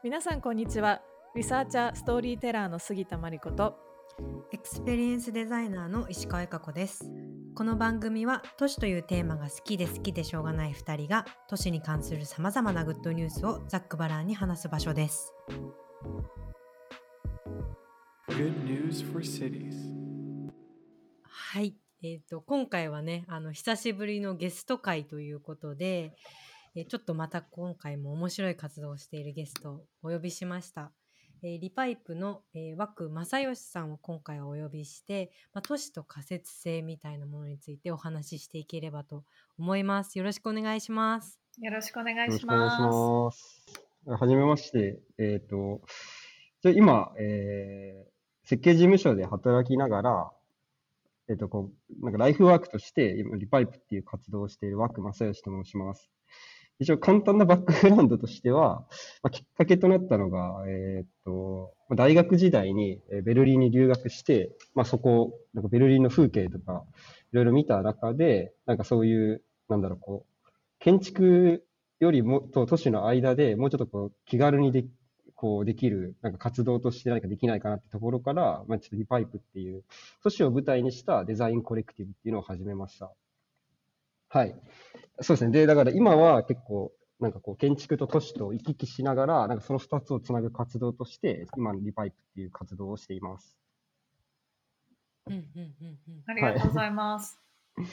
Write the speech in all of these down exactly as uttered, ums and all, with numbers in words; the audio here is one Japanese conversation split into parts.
皆さんこんにちは。リサーチャーストーリーテラーの杉田真理子とエクスペリエンスデザイナーの石川恵香子です。この番組は都市というテーマが好きで好きでしょうがないふたりが都市に関するさまざまなグッドニュースをざっくばらんに話す場所です。 Good news for cities. はい、えーと、今回はねあの久しぶりのゲスト会ということで、えーちょっとまた今回も面白い活動をしているゲストをお呼びしました。えーリパイプの、えー、枠正義さんを今回はお呼びして、まあ、都市と仮説性みたいなものについてお話ししていければと思います。よろしくお願いします。 よろしくお願いしよろしくお願いします。 ます。はじめまして。えっと、じゃあ今、えー設計事務所で働きながら、えっと、こう、なんかライフワークとして、今、リパイプっていう活動をしている枠正義と申します。一応簡単なバックグラウンドとしては、まあ、きっかけとなったのが、えーっと、まあ大学時代にえーベルリンに留学して、まあ、そこ、なんかベルリンの風景とか、いろいろ見た中で、なんかそういう、なんだろう、こう、建築よりもと都市の間でもうちょっとこう気軽にでこうできるなんか活動として何かできないかなってところから、まあ、ちょっとリパイプっていう都市を舞台にしたデザインコレクティブっていうのを始めました。はい。そうですね。で、だから今は結構なんかこう建築と都市と行き来しながら、なんかその二つをつなぐ活動として、今のリパイプっていう活動をしています。 うんうんうんうんありがとうございます。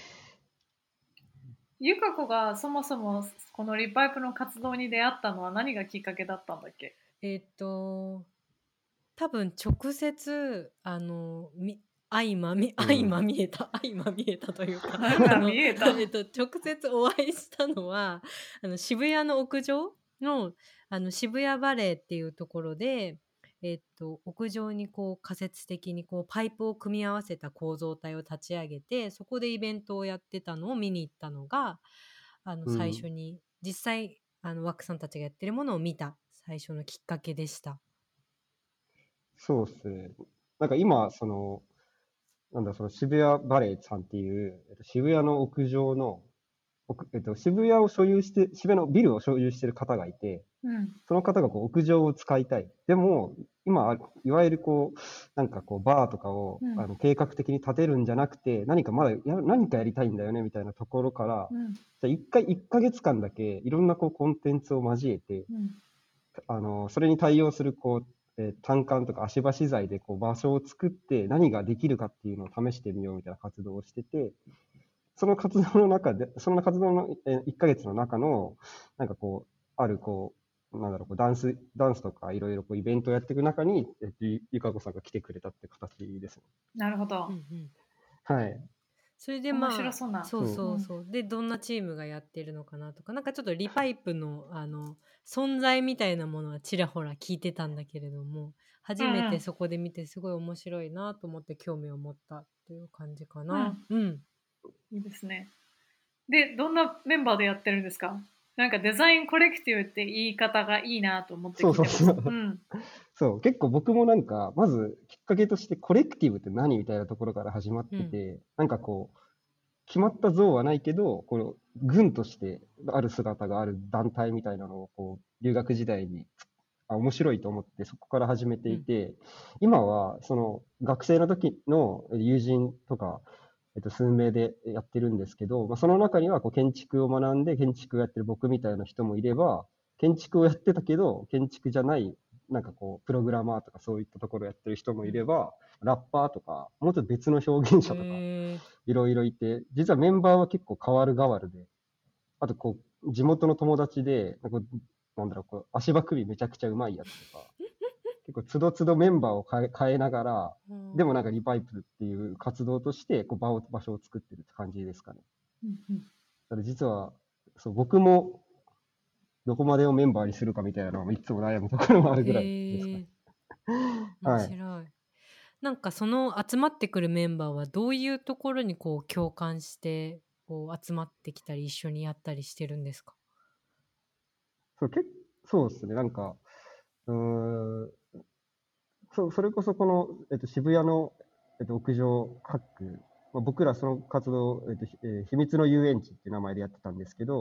ゆか子がそもそもこのリパイプの活動に出会ったのは何がきっかけだったんだっけ？ えっ、と多分直接あのみ相まみうん相まみえた相まみえたというかなんかあの見えた。 えっと直接お会いしたのはあの渋谷の屋上のあの渋谷バレーっていうところで、えっと屋上にこう仮説的にこうパイプを組み合わせた構造体を立ち上げて、そこでイベントをやってたのを見に行ったのがあのうん。 最初に実際あのワックさんたちがやってるものを見た最初のきっかけでした。 そうですね。なんか今、その、なんだ、その渋谷バレーさんっていう、えっと、渋谷の屋上の、奥えっと、渋谷を所有して、渋谷のビルを所有している方がいて、 うん。 その方がこう屋上を使いたい。でも、今、いわゆるこう、なんかこう、バーとかを、 うんあの計画的に建てるんじゃなくて、何かまだや、何かやりたいんだよね、みたいなところから、 うんじゃあ一回、一ヶ月間だけ、いろんなこう、コンテンツを交えて、 うんあの、それに対応する、こう、えー単管とか足場資材でこう場所を作って何ができるかっていうのを試してみようみたいな活動をしてて、その活動の中で、その活動のえーいっかげつの中の、なんかこう、あるこう、なんだろう、こうダンス、ダンスとかいろいろこうイベントをやっていく中に、えっと、ゆゆかこさんが来てくれたって形ですね。 なるほど。 うんうんはい。 それで面まあ白そうな。 そうそうそう、でどんなチームがやってるのかなとか、なんかちょっとリパイプのあの存在みたいなものはちらほら聞いてたんだけれども、初めてそこで見てすごい面白いなと思って興味を持ったっていう感じかな。うん、 いいですね。で、どんなメンバーでやってるんですか？なんかデザインコレクティブって言い方がいいなと思って聞いてます。 そうそうそううん。 そう、結構僕もなんか、まずきっかけとしてコレクティブって何みたいなところから始まってて、なんかこう、決まった像はないけど、この軍としてある姿がある団体みたいなのをこう留学時代にあ面白いと思ってそこから始めていて、今はその学生の時の友人とか、えっと、数名でやってるんですけど、まあ、その中にはこう建築を学んで建築をやってる僕みたいな人もいれば、建築をやってたけど建築じゃないなんかこうプログラマーとかそういったところをやってる人もいれば、ラッパーとかもうちょっと別の表現者とかへいろいろいて、実はメンバーは結構変わる変わるで、あとこう、地元の友達で、なんかなんだろう、こう足場首めちゃくちゃうまいやつとか、結構つどつどメンバーを変え変えながら、 ーでもなんかリパイプっていう活動としてこう場を場所を作ってるって感じですかね。 うんうんだから実はそう僕もどこまでをメンバーにするかみたいなのはいつも悩むところもあるぐらいですかね。 へえ、面はい。 白い。なんかその集まってくるメンバーはどういうところにこう共感してこう集まってきたり一緒にやったりしてるんですか？ そう結そうですね。なんか、うーん、そう、それこそこの、えっと、渋谷の、えっと、屋上ハック、まあ、僕らその活動、えっと、ひえー秘密の遊園地っていう名前でやってたんですけど、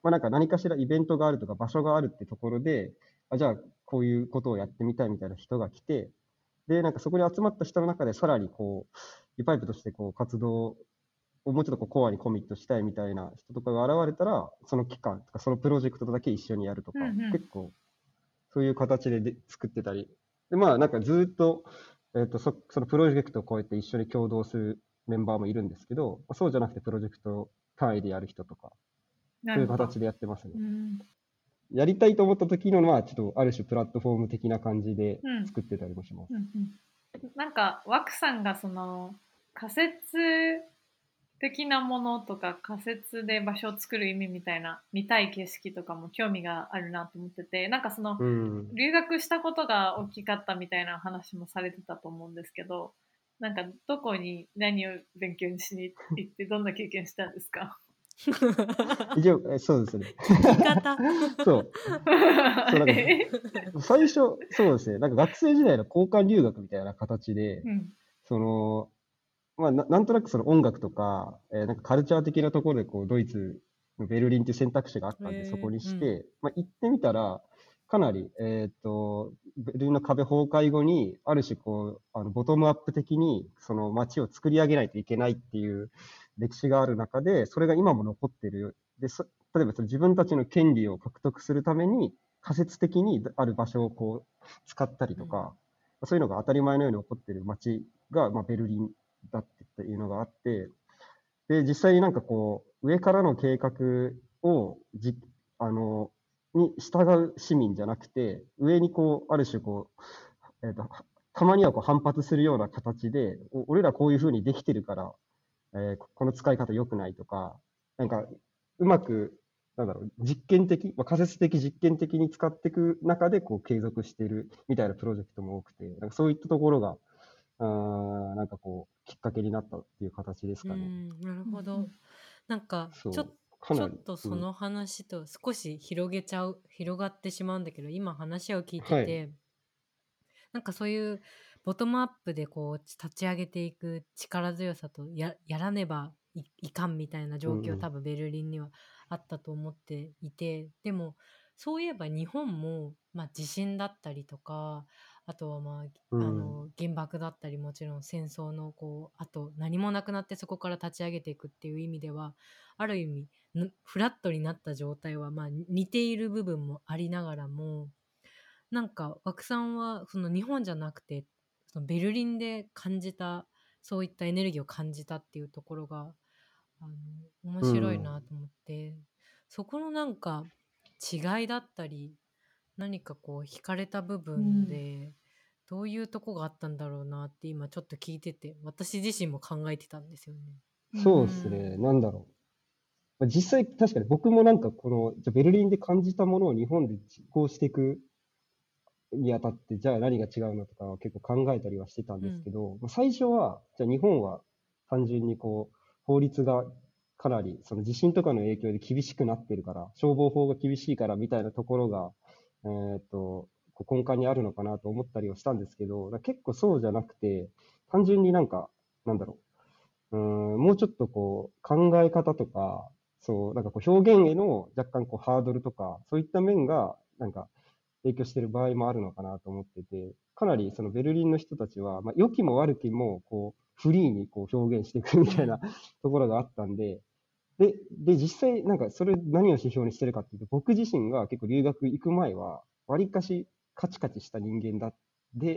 まあ、なんか何かしらイベントがあるとか場所があるってところで、あ、じゃあこういうことをやってみたいみたいな人が来て、で、なんかそこに集まった人の中でさらにこう、リパイプとしてこう活動をもうちょっとこうコアにコミットしたいみたいな人とかが現れたら、その期間とかそのプロジェクトだけ一緒にやるとか、 うんうん結構そういう形でで作ってたり、で、まあなんかずっと、えっと、そ、そのプロジェクトをこうやって一緒に共同するメンバーもいるんですけど、そうじゃなくてプロジェクト単位でやる人とか、そういうなるほど。 形でやってますね。 うんやりたいと思った時の、まあちょっとある種プラットフォーム的な感じでうん作ってたりもします。 うんうん、なんかワクさんがその仮説的なものとか仮説で場所を作る意味みたいな見たい景色とかも興味があるなと思ってて、なんかそのうん。 留学したことが大きかったみたいな話もされてたと思うんですけど、なんかどこに何を勉強しに行ってどんな経験したんですか？ 一応、えそうですね。 聞き方そう。そう、なんか、 え最初、そうですね。なんか学生時代の交換留学みたいな形で、 うんその、まあ、ななんとなくその音楽とか、えーなんかカルチャー的なところで、こう、ドイツのベルリンっていう選択肢があったんで、 へーそこにしうんて、まあ、行ってみたら、かなり、えっと、ベルリンの壁崩壊後に、ある種こう、あの、ボトムアップ的に、その街を作り上げないといけないっていう歴史がある中で、それが今も残ってる。で、そ例えばその自分たちの権利を獲得するために、仮説的にある場所をこう、使ったりとか、そういうのが当たり前のように起こってる街が、まあ、ベルリンだっていうのがあって、で、実際になんかこう、上からの計画をじ、あの、に従う市民じゃなくて、上にこう、ある種こう、えっと、たまにはこう反発するような形で、お俺らこういうふうにできてるから、えーここの使い方良くないとか、なんか、うまく、なんだろう、実験的、まあ、仮説的、実験的に使っていく中で、こう、継続しているみたいなプロジェクトも多くて、なんかそういったところが、あーなんかこう、きっかけになったっていう形ですうかね。 ん、なるほど。 うんうんなんかちょそう、かちょっなり。うん。 とその話と少し広げちゃう広がってしまうんだけど、今話を聞いてはい。 て、なんかそういうボトムアップでこう立ち上げていく力強さと、ややらねばいいかんみたいな状況、 うんうん。 多分ベルリンにはあったと思っていて、でもそういえば日本も、まあ、地震だったりとか、あとはまあ、あうん。 の原爆だったり、もちろん戦争のこうあと何もなくなってそこから立ち上げていくっていう意味では、ある意味ぬフラットになった状態はまあ似ている部分もありながらも、なんか枠さんはその日本じゃなくてそのベルリンで感じた、そういったエネルギーを感じたっていうところがあの面う白いん。 なと思って、そこのなんか違いだったり何かこう惹かれた部う分んでどういうとこがあったんだろうなって今ちょっと聞いてて、私自身も考えてたんですよね。 うそうですね。 んなんだろう。まあ実際、確かに僕もなんかこの、じゃあベルリンで感じたものを日本で実行していくにあたって、じゃあ何が違うのとかは結構考えたりはしてたんうんですけど、まあ最初は、じゃあ日本は単純にこう、法律がかなり、その地震とかの影響で厳しくなってるから、消防法が厳しいからみたいなところが、えーっと、こう根幹にあるのかなと思ったりはしたんですけど、だから結構そうじゃなくて、単純になんか、なんだろう、うーん、もうちょっとこう、考え方とか、そう、なんかこう表現への若干こうハードルとか、そういった面が、なんか影響している場合もあるのかなと思ってて、かなりそのベルリンの人たちは、まあ、良きも悪きも、こう、フリーにこう表現していくみたいなところがあったんで、で、で、実際なんかそれ何を指標にしてるかっていうと、僕自身が結構留学行く前は、わりかしカチカチした人間だって、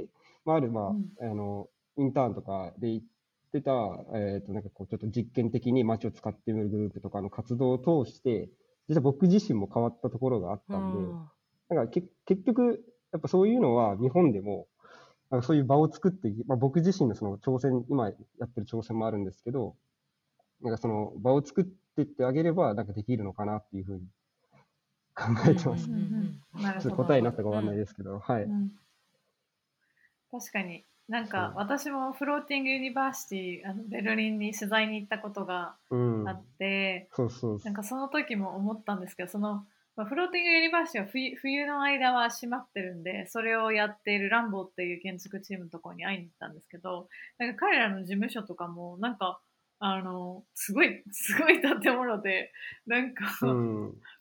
まあ、ある、まうんあ、あの、インターンとかで行ってた、えっと、なんかこう、ちょっと実験的に街を使ってみるグループとかの活動を通して、実は僕自身も変わったところがあったんで、 あなんかけ結局、やっぱそういうのは日本でも、なんかそういう場を作っていき、まあ、僕自身のその挑戦、今やってる挑戦もあるんですけど、なんかその場を作っていってあげれば、なんかできるのかなっていうふうに考ーうんうんえてます。 うんうんなるちょっとほど、 答えになったかわかんないうんですけど、はい。 うん確かになんそう。 か私もフローティングユニバーシティあのベルリンに取材に行ったことがうん。 あって、 そうそうなんかその時も思ったんですけど、その、まあ、フローティングユニバーシティは冬冬の間は閉まってるんで、それをやっているランボーっていう建築チームのところに会いに行ったんですけど、なんか彼らの事務所とかもなんかあのすごいすごい建物でなんかうん。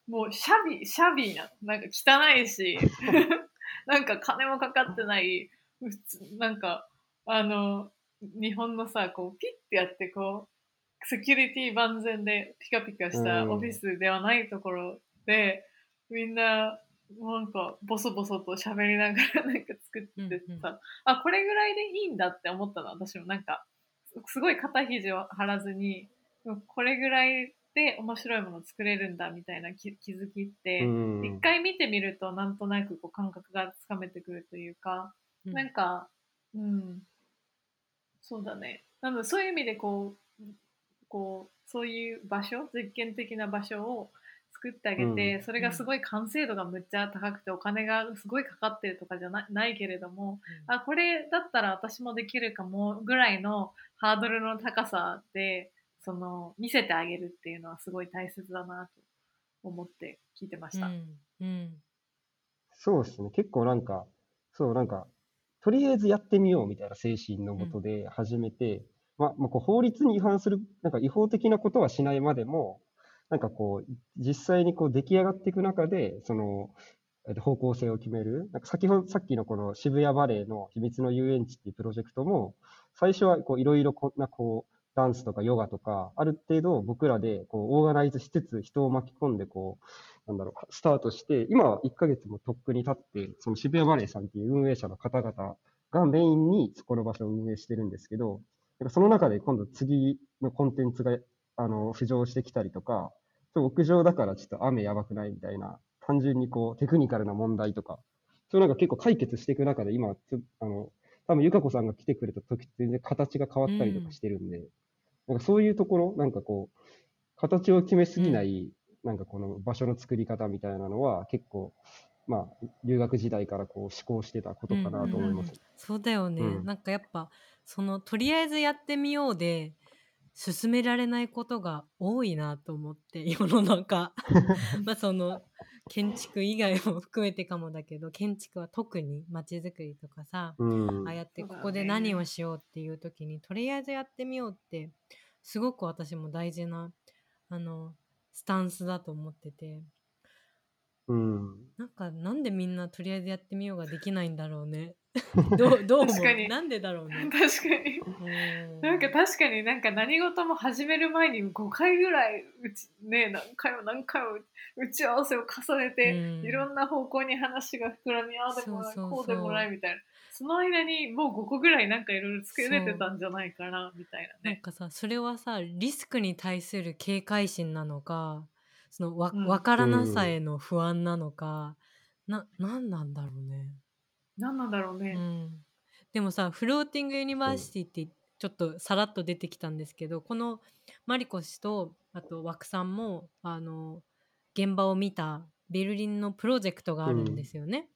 もうシャビ、シャビーな、なんか汚いし、なんか金もかかってない、普通なんか、あの、日本のさ、こう、ピッてやって、こう、セキュリティ万全でピカピカうしたオフィん。 スではないところで、みんな、なんか、ボソボソと喋りながらなんか作ってうんうんさ、あ、これぐらいでいいんだって思ったの、私もなんか、すごい肩肘を張らずに、うんこれぐらいで面白いものを作れるんだみたいな気気づきっうて、一ん。 回見てみるとなんとなくこう感覚がつかめてくるというか、 うんなんか、うん、そうだね。なのでそういう意味でこう、こう、そういう場所、実験的な場所を作ってあうん。 げて、それがすごい完成度がむっちゃ高くてお金がすごいかかってるとかじゃなないけれども、あ、これだったら私もできるかもぐらいのハードルの高さで、その、見せてあげるっていうのはすごい大切だなと思って聞いてました。 うんうんそうですね。結構なんか、そう、なんか、とりあえずやってみようみたいな精神のうんもとで始めて、まあ、まあ、こう法律に違反する、なんか違法的なことはしないまでも、なんかこう、実際にこう出来上がっていく中で、その、えっと、方向性を決める。なんか先ほど、さっきのこの渋谷バレエの秘密の遊園地っていうプロジェクトも、最初はこういろいろこんなこう、ダンスとかヨガとか、ある程度僕らでこうオーガナイズしつつ人を巻き込んでこう、なんだろう、スタートして、今はいっかげつもとっくに経って、その渋谷バレエさんっていう運営者の方々がメインにそこの場所を運営してるんですけど、なんかその中で今度次のコンテンツが、あの、浮上してきたりとか、ちょっと屋上だからちょっと雨やばくないみたいな、単純にこうテクニカルな問題とか、そういうなんか結構解決していく中で今、ちょあの、多分ゆかこさんが来てくれた時全然形が変わうったりとかんしてるんで、なんかそういうところ、なんかこう、形を決めすうんぎない、なんかこの場所の作り方みたいなのは結構、まあ、留学時代からこう思考してたこうんうんとかなとうん思います。 そうだよね。 うん。 なんかやっぱそのとりあえずやってみようで進められないことが多いなと思って世の中まあその建築以外も含めてかもだけど建築は特に街づくりとかさうん。 ああやってそうだよここで何をね。 しようっていう時にとりあえずやってみようってすごく私も大事なあのスタンスだと思っててうん。 なんかなんでみんなとりあえずやってみようができないんだろうねどうどう思確かに。 うなんでだろうね確かに。 うーなんかん確かになんか何事も始める前にごかいぐらいうちね何回も何回も打ち合わせを重ねうていろんんな方向に話が膨らみああでもないそうそうこうでもなそういみたいなその間にもうごこぐらいなんかいろいろ作れてそうたんじゃないかなみたいなね。 なんかさそれはさリスクに対する警戒心なのかそのわ分うんからなさうん。 への不安なのかな何なんだろうね何なんだろうね。 うんでもさフローティングユニバーそう。 シティってちょっとさらっと出てきたんですけどこのマリコ氏とあと枠さんもあの現場を見たベルリンのプロジェクトがあるんでうん。 すよね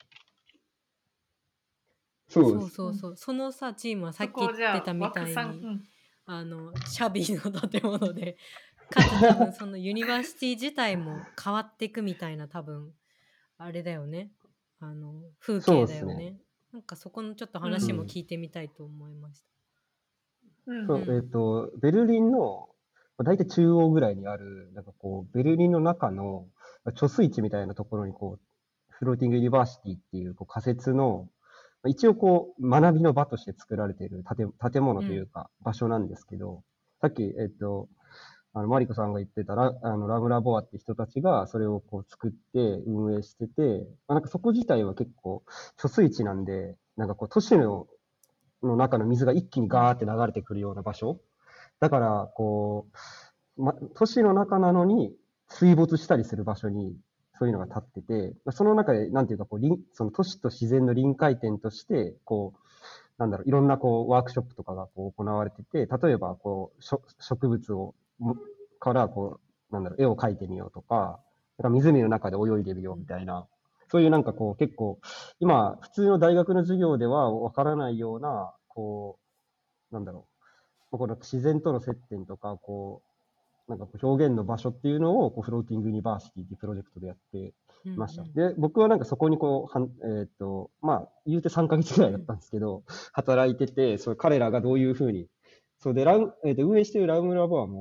そうそうです。 そうそうそのさチームはさそっき言っこをじゃあてたみた枠さん、 いにうんあのシャビーの建物でかつ多分そのユニバーシティ自体も変わっていくみたいな多分あれだよねあの風景そうですね。 だよねなんかそこのちょっとうん話もうん。 聞いてみたいと思いましたうんそう、えっうんと、ベルリンの、まあ大体中央ぐらいにある、なんかこう、ベルリンの中のまあ貯水池みたいなところにこう、フローティングユニバーシティっていうこう仮設の、まあ一応こう、学びの場として作られている建建物うんというか場所なんですけど、さっき、えっと、あの、マリコさんが言ってたラ、あの、ラムラボアって人たちがそれをこう作って運営してて、まあ、なんかそこ自体は結構貯水池なんで、なんかこう都市のの中の水が一気にうんガーって流れてくるような場所。だから、こう、ま、都市の中なのに水没したりする場所にそういうのが立ってて、その中で、なんていうか、こう、臨その都市と自然の臨界点として、こう、なんだろう、いろんなこう、ワークショップとかがこう行われてて、例えば、こう、しょ植物を、から、こう、なんだろう、絵を描いてみようとか、なんか湖の中で泳いでみようみたいな、そういうなんかこう、結構、今、普通の大学の授業ではわからないような、こう、なんだろう、この自然との接点とか、こう、なんかこう表現の場所っていうのをこうフローティングユニバーシティっていうプロジェクトでやってうんました。で、僕はなんかそこにこう、はんえっ、と、まあ、言うてさんかげつぐらいだったんですけど、働いてて、そう彼らがどういうふうに、そうで、ラウえーと運営しているラウムラボはもう、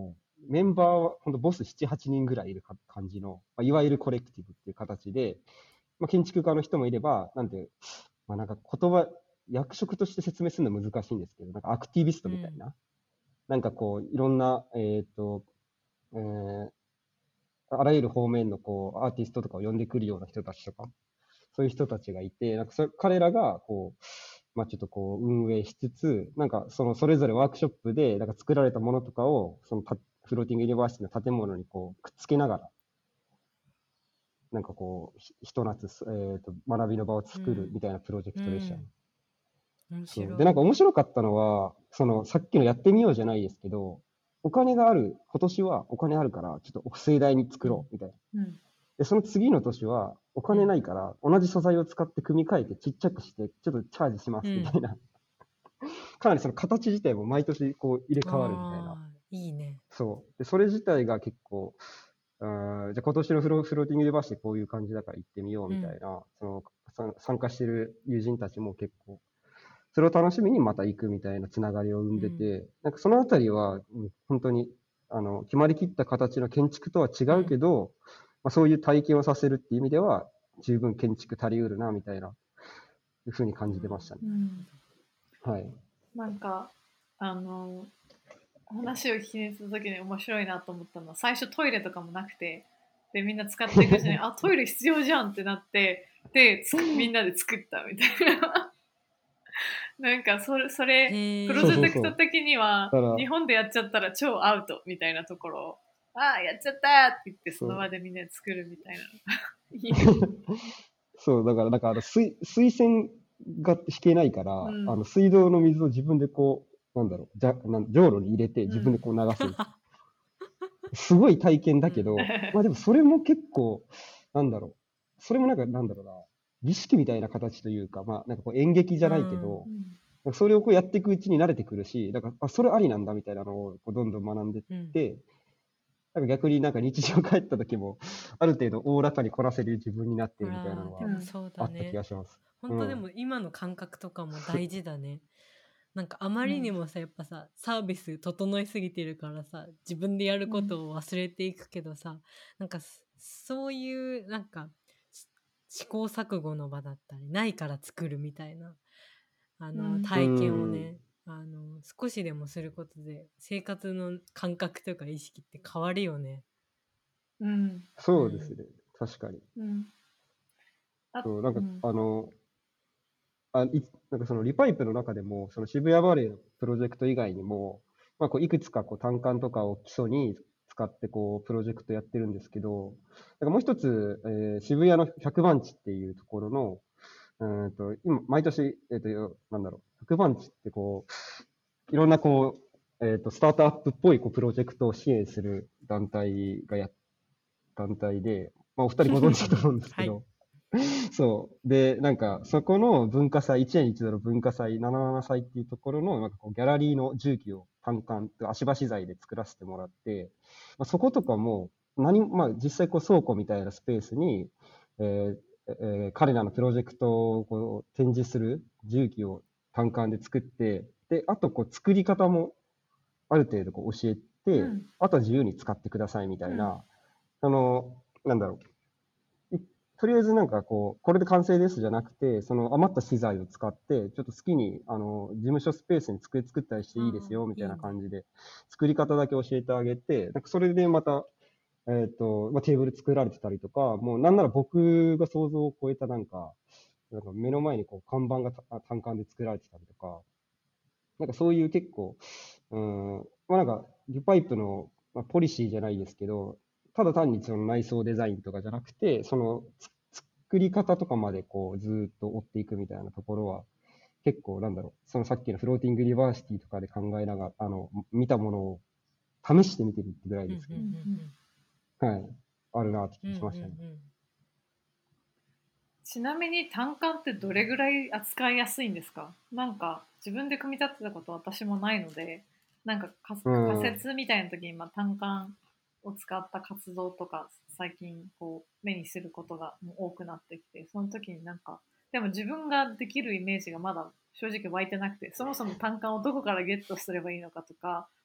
メンバーは本当ボスなな、はちにんぐらいいるか感じの、まあ、いわゆるコレクティブっていう形で、まあ、建築家の人もいれば、なんて、まあ、なんか言葉、役職として説明するの難しいんですけど、なんかアクティビストみたいな、なんかこう、いろんな、えっと、えーあらゆる方面のこうアーティストとかを呼んでくるような人たちとか、そういう人たちがいて、なんかそ彼らがこう、まあ、ちょっとこう運営しつつ、なんかそのそれぞれワークショップでなんか作られたものとかをそのたフローティングユニバーシティの建物にこうくっつけながら、なんかこうひひと夏、えー、と学びの場を作るみたいなプロジェクトでしたね。 面白い。 そうで、なんか面白かったのは、そのさっきのやってみようじゃないですけど、お金がある、今年はお金あるから、ちょっと盛大に作ろうみたいな。 うんで、その次の年は、お金ないから、同じ素材を使って組み替えてちっちゃくして、ちょっとチャージしますみたいな。かなりその形自体も毎年こう入れ替わるみたいな。 あーいいね。 そう。で、それ自体が結構、あーじゃあ今年のフロフローティングユニバーシティこういう感じだから行ってみようみたいな、そのさ参加してる友人たちも結構、それを楽しみにまた行くみたいなつながりを生んでて、なんかそのあたりは、うん本当に、あの、決まりきった形の建築とは違うけど、まあ、そういう体験をさせるっていう意味では、十分建築足りうるな、みたいな、いうふうに感じてましたね。 うんはい。 なんかあの話を聞きに行った時に面白いなと思ったのは、最初トイレとかもなくて、でみんな使っていくうちにあトイレ必要じゃんってなって、でつみんなで作ったみたいななんかそれそれへープロジェクト的にはだから日本でやっちゃったら超アウトみたいなところを、ああやっちゃったって言ってその場でみんなで作るみたいなのがいいね。 そう、だから、なんかあの水、水栓が引けないから、 うんあの水道の水を自分でこう、なんだろう、じゃなんじょうろに入れて自分でこう流すみたいな。すごい体験だけど、まあでもそれも結構、なんだろう、それもなんか、なんだろうな、儀式みたいな形というか、まあなんかこう演劇じゃないけど、 うんなんかそれをこうやっていくうちに慣れてくるし、だから、あ、それありなんだみたいなのをこうどんどん学んでいっうんて、なんか逆になんか日常帰った時も、ある程度大らかにこなせる自分になってるみたいなのはあーでもそうあった気だねが。します。 本当でも今の感覚とかも大事だね。なんかあまりにもさやっぱさサービス整いすぎてるからさ自分でやることを忘れていくけどさ、なんかそそういうなんかし試行錯誤の場だったりないから作るみたいなあの、 うん体験をねあの少しでもすることで生活の感覚とか意識って変わるよね。 うんそうですね、確かに。 うんあそう、なんか、 うんあの、あいなんかそのリパイプの中でも、その渋谷バレーのプロジェクト以外にも、まあ、こういくつかこう単管とかを基礎に使ってこうプロジェクトやってるんですけど、なんかもう一つ、えー渋谷のひゃく番地っていうところの、うーんと今、毎年、えっ、と、なんだろう、ひゃく番地ってこう、いろんなこう、えっ、と、スタートアップっぽいこうプロジェクトを支援する団体がや、団体で、まあ、お二人ご存知だと思うんですけど、そう。で、なんか、そこの文化祭、いちねんに一度の文化祭、ななじゅうなな祭っていうところの、なんかこう、ギャラリーの重機を単管、足場資材で作らせてもらって、まあ、そことかも、何も、まあ、実際こう、倉庫みたいなスペースに、えーえー彼らのプロジェクトをこう展示する重機を単管で作って、で、あとこう、作り方もある程度こう教えて、 うんあとは自由に使ってくださいみたいな、あの、なんだろう、いとりあえずなんかこう、これで完成ですじゃなくて、その余った資材を使って、ちょっと好きに、あの、事務所スペースに机作ったりしていいですよ、 うんみたいないいね感じで、作り方だけ教えてあげて、なんかそれでまた、えっと、まあ、テーブル作られてたりとか、もうなんなら僕が想像を超えたなんか、なんか目の前にこう看板がた単管で作られてたりとか、なんかそういう結構、うん、まあなんか、リパイプの、まあ、ポリシーじゃないですけど、ただ単にその内装デザインとかじゃなくて、そのつ作り方とかまでこうずーっと追っていくみたいなところは、結構なんだろう、そのさっきのフローティングリバーシティとかで考えながら、あの、見たものを試してみてるってぐらいですけうんうんど、はい、あるなって気うんがしましたね。 うんうんちなみに単管ってどれぐらい扱いやすいんですか？なんか自分で組み立てたこと私もないので、なんか仮うん仮説みたいな時にまあ単管を使った活動とか最近こう目にすることがもう多くなってきて、その時になんかでも自分ができるイメージがまだ正直湧いてなくて、そもそも単管をどこからゲットすればいいのかとか、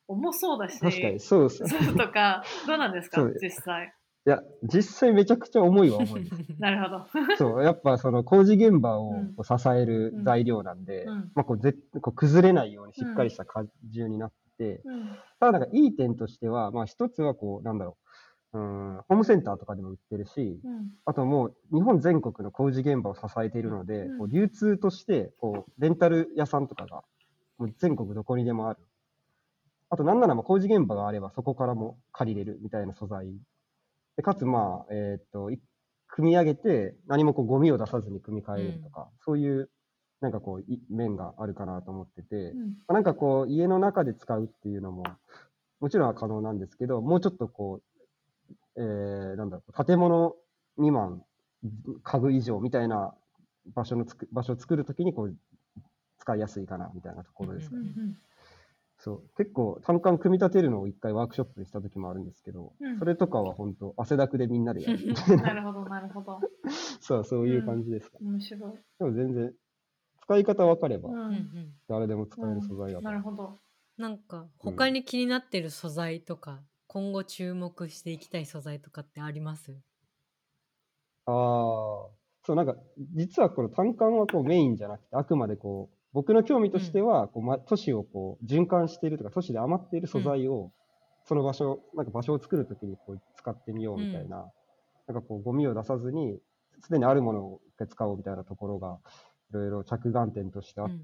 重そうだ確かに、 し、 そうです。 そうとか、どうなんですか、 そう。 実際。 いや、実際めちゃくちゃ重いは重いです。 なるほど。 そう、やっぱその工事現場うん。 をこう支えるうん。 材料なんで、 うん。 まあこうぜこう崩れないようにしうん。 っかりした荷重になってて、 うん。 ただなんかいい点としては、まあ一つはこう、なんだろう、うーん、ホームセンターとかでも売ってるし、 うん。 あともう日本全国の工事現場を支えているので、 うん。 こう流通として、こう、レンタル屋さんとかが、もう全国どこにでもある。あとなんならまあ工事現場があればそこからも借りれるみたいな素材。でかつまあ、えっと、い組み上げて何もこうゴミを出さずに組み替うえれるとん。 か、そういうなんかこうい面があるかなと思ってて、 うん。 まあなんかこう家の中で使うっていうのももちろんは可能なんですけど、もうちょっとこう、えー、なんだろう、建物未満家具以上みたいな場所のつく場所を作るときにこう使いやすいかなみたいなところですうん。うかね。 ん。 そう。結構単管組み立てるのを一回ワークショップでした時もあるんですけど、 うん。 それとかは本当汗だくでみんなでやるみたいな。 なるほど、なるほど。 そう、そうういう感ん。 じですかね。 面白い。 でも全然、使い方分かればう、 うんうんん。 誰でも使えるうん。 素材だと思なるほど。 なんかうん。 他に気になってる素材とか、今後注目していきたい素材とかってあります？ ああ、そう、なんか、実はこの単管はこうメインじゃなくて、あくまでこう、僕の興味としては、こう、ま、都市をこう、循環しているとか、都市で余っている素材を、その場所、なんか場所を作るときにこう、使ってみようみたいな、なんかこう、ゴミを出さずに、すでにあるものを一回使おうみたいなところが、いろいろ着眼点としてあって、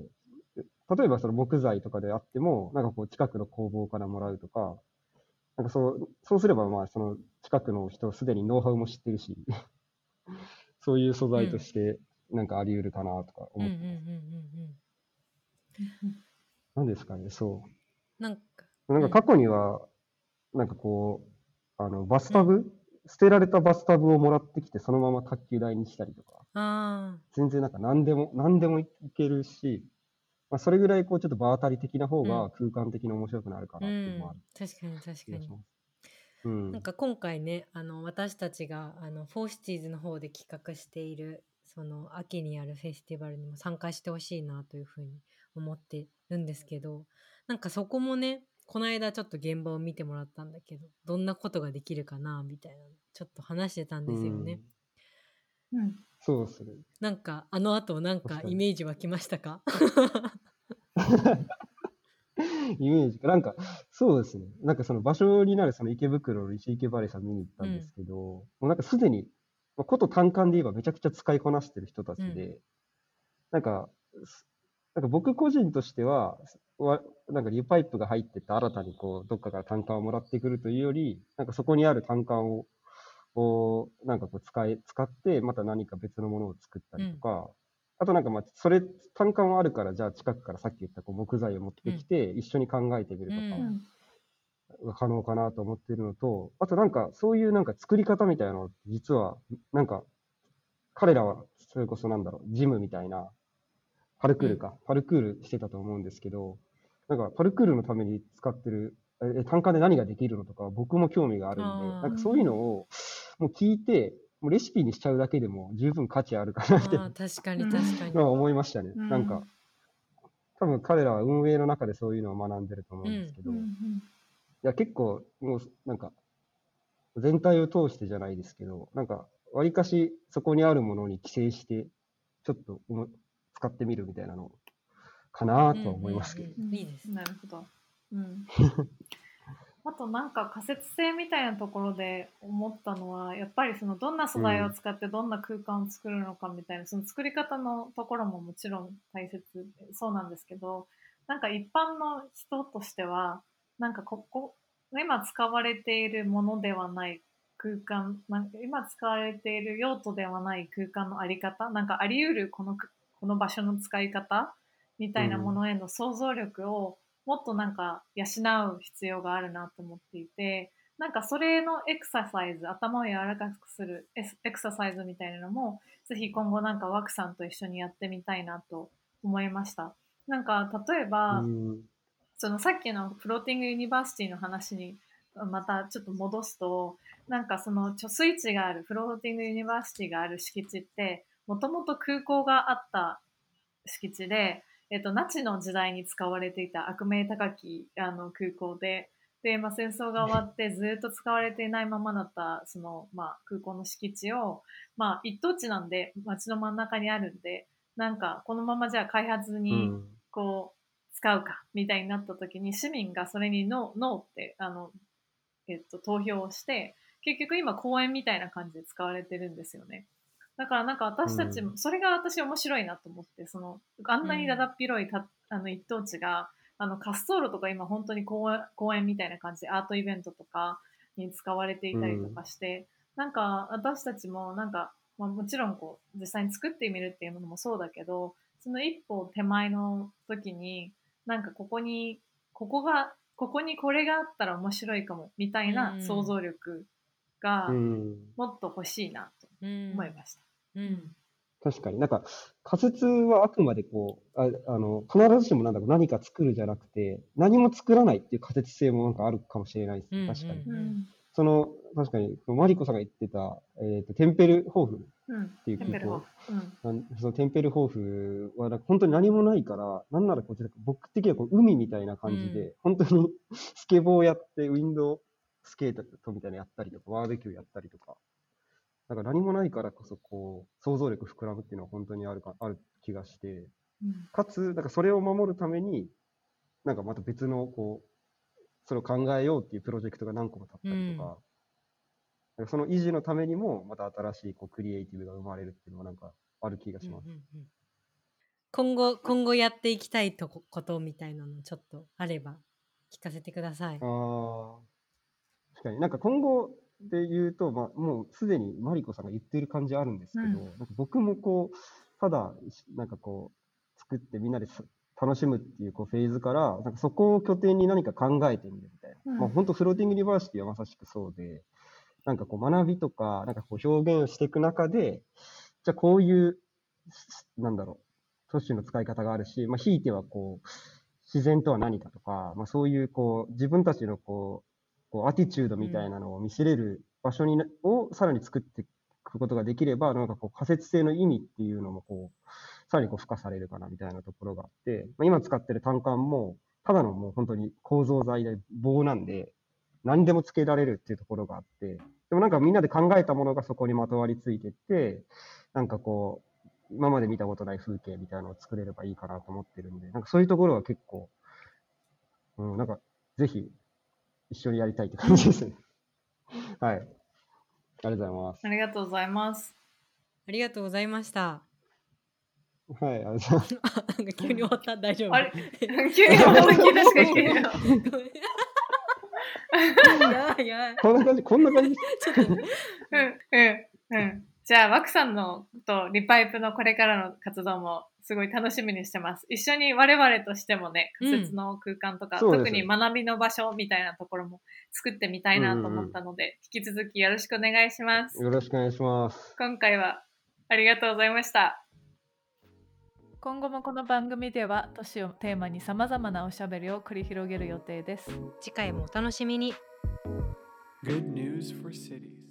例えばその木材とかであっても、なんかこう、近くの工房からもらうとか、なんかそう、そうすればまあ、その近くの人すでにノウハウも知ってるし、そういう素材としてなんかあり得るかなとかうんうん思ってます。 うんうんうん。 うん。 なんですかね、そなんか、 う。なんうんか過去には、なんかこう、あの、バスうん。 タブ、捨てられたバスタブをもらってきて、そのまま卓球台にしたりとか、 ああ、 全然なんか何でも、何でもいけるし、まあ、それぐらいこうちょっと場当たり的な方うんが空間的に面白くなるかうなっていうのもあん。 る確かに確かに。 気がします。うん。 なんか今回ね、あの私たちがあのフォーシティーズの方で企画しているその秋にあるフェスティバルにも参加してほしいなというふうに思ってるんですけど、なんかそこもね、この間ちょっと現場を見てもらったんだけど、どんなことができるかなみたいなのちょっと話してたんうですよね。 ん。 うん。 そうですね。 なんかあの後なんか確かに。 イメージ湧きましたか？ イメージか。なんか、そうですね。なんかその場所になるその池袋の石池バレーさん見に行ったんですけど、もうなんかすでに、まあ、こと単管で言えばめちゃくちゃ使いこなしてる人たうんちで、なんか、すなんか僕個人としては、わなんかリパイプが入ってて新たにこう、どっかから単管をもらってくるというより、なんかそこにある単管を、をなんかこう使い、使ってまた何か別のものを作ったうんりとか、あとなんかまあ、それ、単管はあるから、じゃあ近くからさっき言ったこう木材を持ってきて、一緒に考えてみるとか、 うんうん。 が可能かなと思っているのと、あとなんかそういうなんか作り方みたいなのって実はなんか彼らはそれこそなんだろう、ジムみたいな、パルクールか、パルクールしてたと思うんですけど、なんかパルクールのために使ってる、え、単価で何ができるのとか僕も興味があるんで、 あーなんかそういうのをもう聞いて、もうレシピにしちゃうだけでも十分価値あるかなってあー、確かにうん確かに。 のは思いましたね。 うんなんか、多分彼らは運営の中でそういうのを学んでると思うんですけど、いうん。うん。 や結構もうなんか全体を通してじゃないですけど、なんか、わりかしそこにあるものに寄生して、ちょっとおも使ってみるみたいなのかなとは思いますけどね。 うんうんうんいいですね。 なるほど。うん。あとなんか仮説性みたいなところで思ったのは、やっぱりそのどんな素材を使ってどんな空間を作るのかみたいな、その作り方のところももちろん大切そうなんですけど、なんか一般の人としては、なんかここ今使われているものではない空間、なんか今使われている用途ではない空間のあり方、なんかあり得るこのくこの場所の使い方みたいなものへの想像力をもっとなんか養う必要があるなと思っていて、なんかそれのエクササイズ、頭を柔らかくするエスエクササイズみたいなのも、ぜひ今後なんかワクさんと一緒にやってみたいなと思いました。なんか例えうば、 ん。 そのさっきのフローティングユニバーシティの話にまたちょっと戻すと、なんかその貯水池があるフローティングユニバーシティがある敷地って、もともと空港があった敷地で、 えっと、ナチの時代に使われていた悪名高きあの空港で、で、まあ、戦争が終わってずっと使われていないままだったその、まあ、空港の敷地を、まあ、一等地なんで街の真ん中にあるんで、なんかこのままじゃあ開発うにん。 こう使うかみたいになった時に市民がそれにノー、ノーってあの、えっと、投票をして、結局今公園みたいな感じで使われてるんですよね。だからなんかう私たちも、 ん。 それが私面白いなと思って、その、あんうなにだだん。 っ広いたあの一等地が、あの滑走路とか今本当に公園、公園みたいな感じでアートイベントとかに使われていたりとうん。 かして、なんか私たちもなんか、まあ、もちろんこう実際に作ってみるっていうものもそうだけど、その一歩手前の時に、なんかここに、ここが、ここにこれがあったら面白いかもみたういな想ん。 像力うがん。 もっと欲しいなとうん。 思いました。 ううん。 ん。 確かになんか仮説はあくまでこう、あ、あの、必ずしもなんだろう、何か作るじゃなくて、何も作らないっていう仮説性もなんかあるかもしれないですね。 うん。 確かに。 うん。 うん。 その、確かに、マリコさんが言ってた、えっと、テンペルホーフっうん。 ていうテンペルホー空港。 フ。うん。 なんそのテンペルホーフは、なんか本当に何もないから、なんならこう、僕的にはこう海みたいなう感じん。 で、本当にスケボーやって、ウィンドウスケートみたいなのやったりとか、バーベキューやったりとか、だから何もないからこそ、こう、想像力膨らむっていうのは本当にあるか、ある気がして、 うん。 かつ、なんかそれを守るために、なんかまた別の、こう、それを考えようっていうプロジェクトが何個も立っうん。 たりとか、なんかその維持のためにも、また新しいこうクリエイティブが生まれるっていうのはなんかある気がうん。うします。 ん。今後、今後やっていきたいとこ、ことみたいなのちょっとあれば聞かせてください。 ああ、確かになんか今後で言うと、まあ、もうすでにマリコさんが言っている感じあるんですけど、 うん。 なんか僕もこう、ただ、なんかこう、作ってみんなでさ楽しむっていうこうフェーズから、なんかそこを拠点に何か考えてみるみたいな。まあうん。 本当フローティングユニバーシティはまさしくそうで、なんかこう学びとか、なんかこう表現をしていく中で、じゃあこういう、なんだろう、都市の使い方があるし、まあひいてはこう、自然とは何かとか、まあそういうこう、自分たちのこう、こうアティチュードみたいなのを見せれる場所にな、をさらに作っていくことができれば、なんかこう仮説性の意味っていうのもこう、さらにこう付加されるかなみたいなところがあって、まあ、今使ってる単管も、ただのもう本当に構造材で棒なんで、何でもつけられるっていうところがあって、でもなんかみんなで考えたものがそこにまとわりついてって、なんかこう、今まで見たことない風景みたいなのを作れればいいかなと思ってるんで、なんかそういうところは結構、うん、なんかぜひ一緒にやりたいって感じですね。はい。ありがとうございます。 ありがとうございます。 ありがとうございました。 はい、ありがとうございます。 あ、なんか急に終わった。大丈夫。 あれ急にまた聞いたしか聞いてないよ。 ごめんやばいやばい。 こんな感じ、こんな感じ。 ちょっとね。 うんうんうん。じゃあ、ワクさんのとリパイプのこれからの活動もすごい楽しみにしてます。一緒に我々としてもね、仮設の空間とか、 そうです特に学びの場所みたいなところも作ってみたいなと思ったので、引き続きよろしくお願いします。 よろしくお願いします。 今回はありがとうございました。今後もこの番組では都市をテーマに様々なおしゃべりを繰り広げる予定です。 次回もお楽しみに。 Good news for cities.